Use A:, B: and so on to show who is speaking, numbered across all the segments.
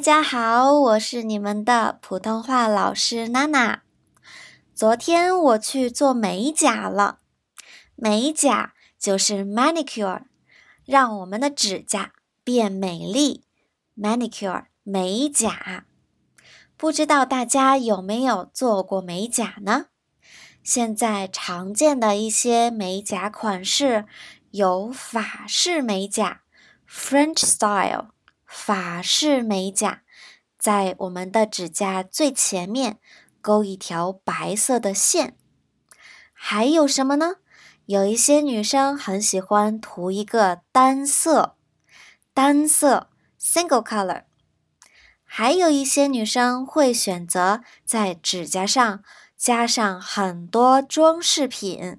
A: 家好，我是你们的普通话老师娜娜。昨天我去做美甲了，美甲就是 manicure， 让我们的指甲变美丽。manicure 美甲，不知道大家有没有做过美甲呢？现在常见的一些美甲款式有法式美甲 French style， 法式美甲，在我们的指甲最前面勾一条白色的线。还有什么呢？有一些女生很喜欢涂一个单色 single color。还有一些女生会选择在指甲上加上很多装饰品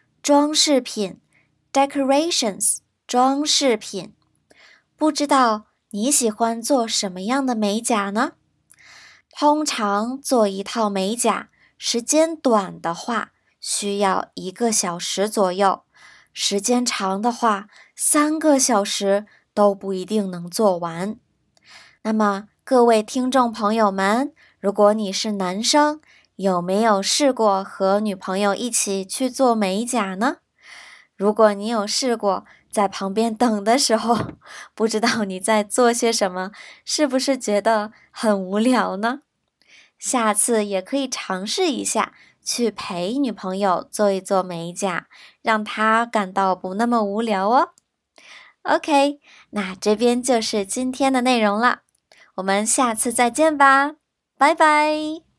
A: decorations 装饰品。不知道你喜欢做什么样的美甲呢？通常做一套美甲，时间短的话需要1个小时左右，时间长的话3个小时都不一定能做完。那么各位听众朋友们，如果你是男生，有没有试过和女朋友一起去做美甲呢？如果你有试过，在旁边等的时候，不知道你在做些什么，是不是觉得很无聊呢？下次也可以尝试一下，去陪女朋友做一做美甲，让她感到不那么无聊哦。OK， 那这边就是今天的内容了，我们下次再见吧，拜拜。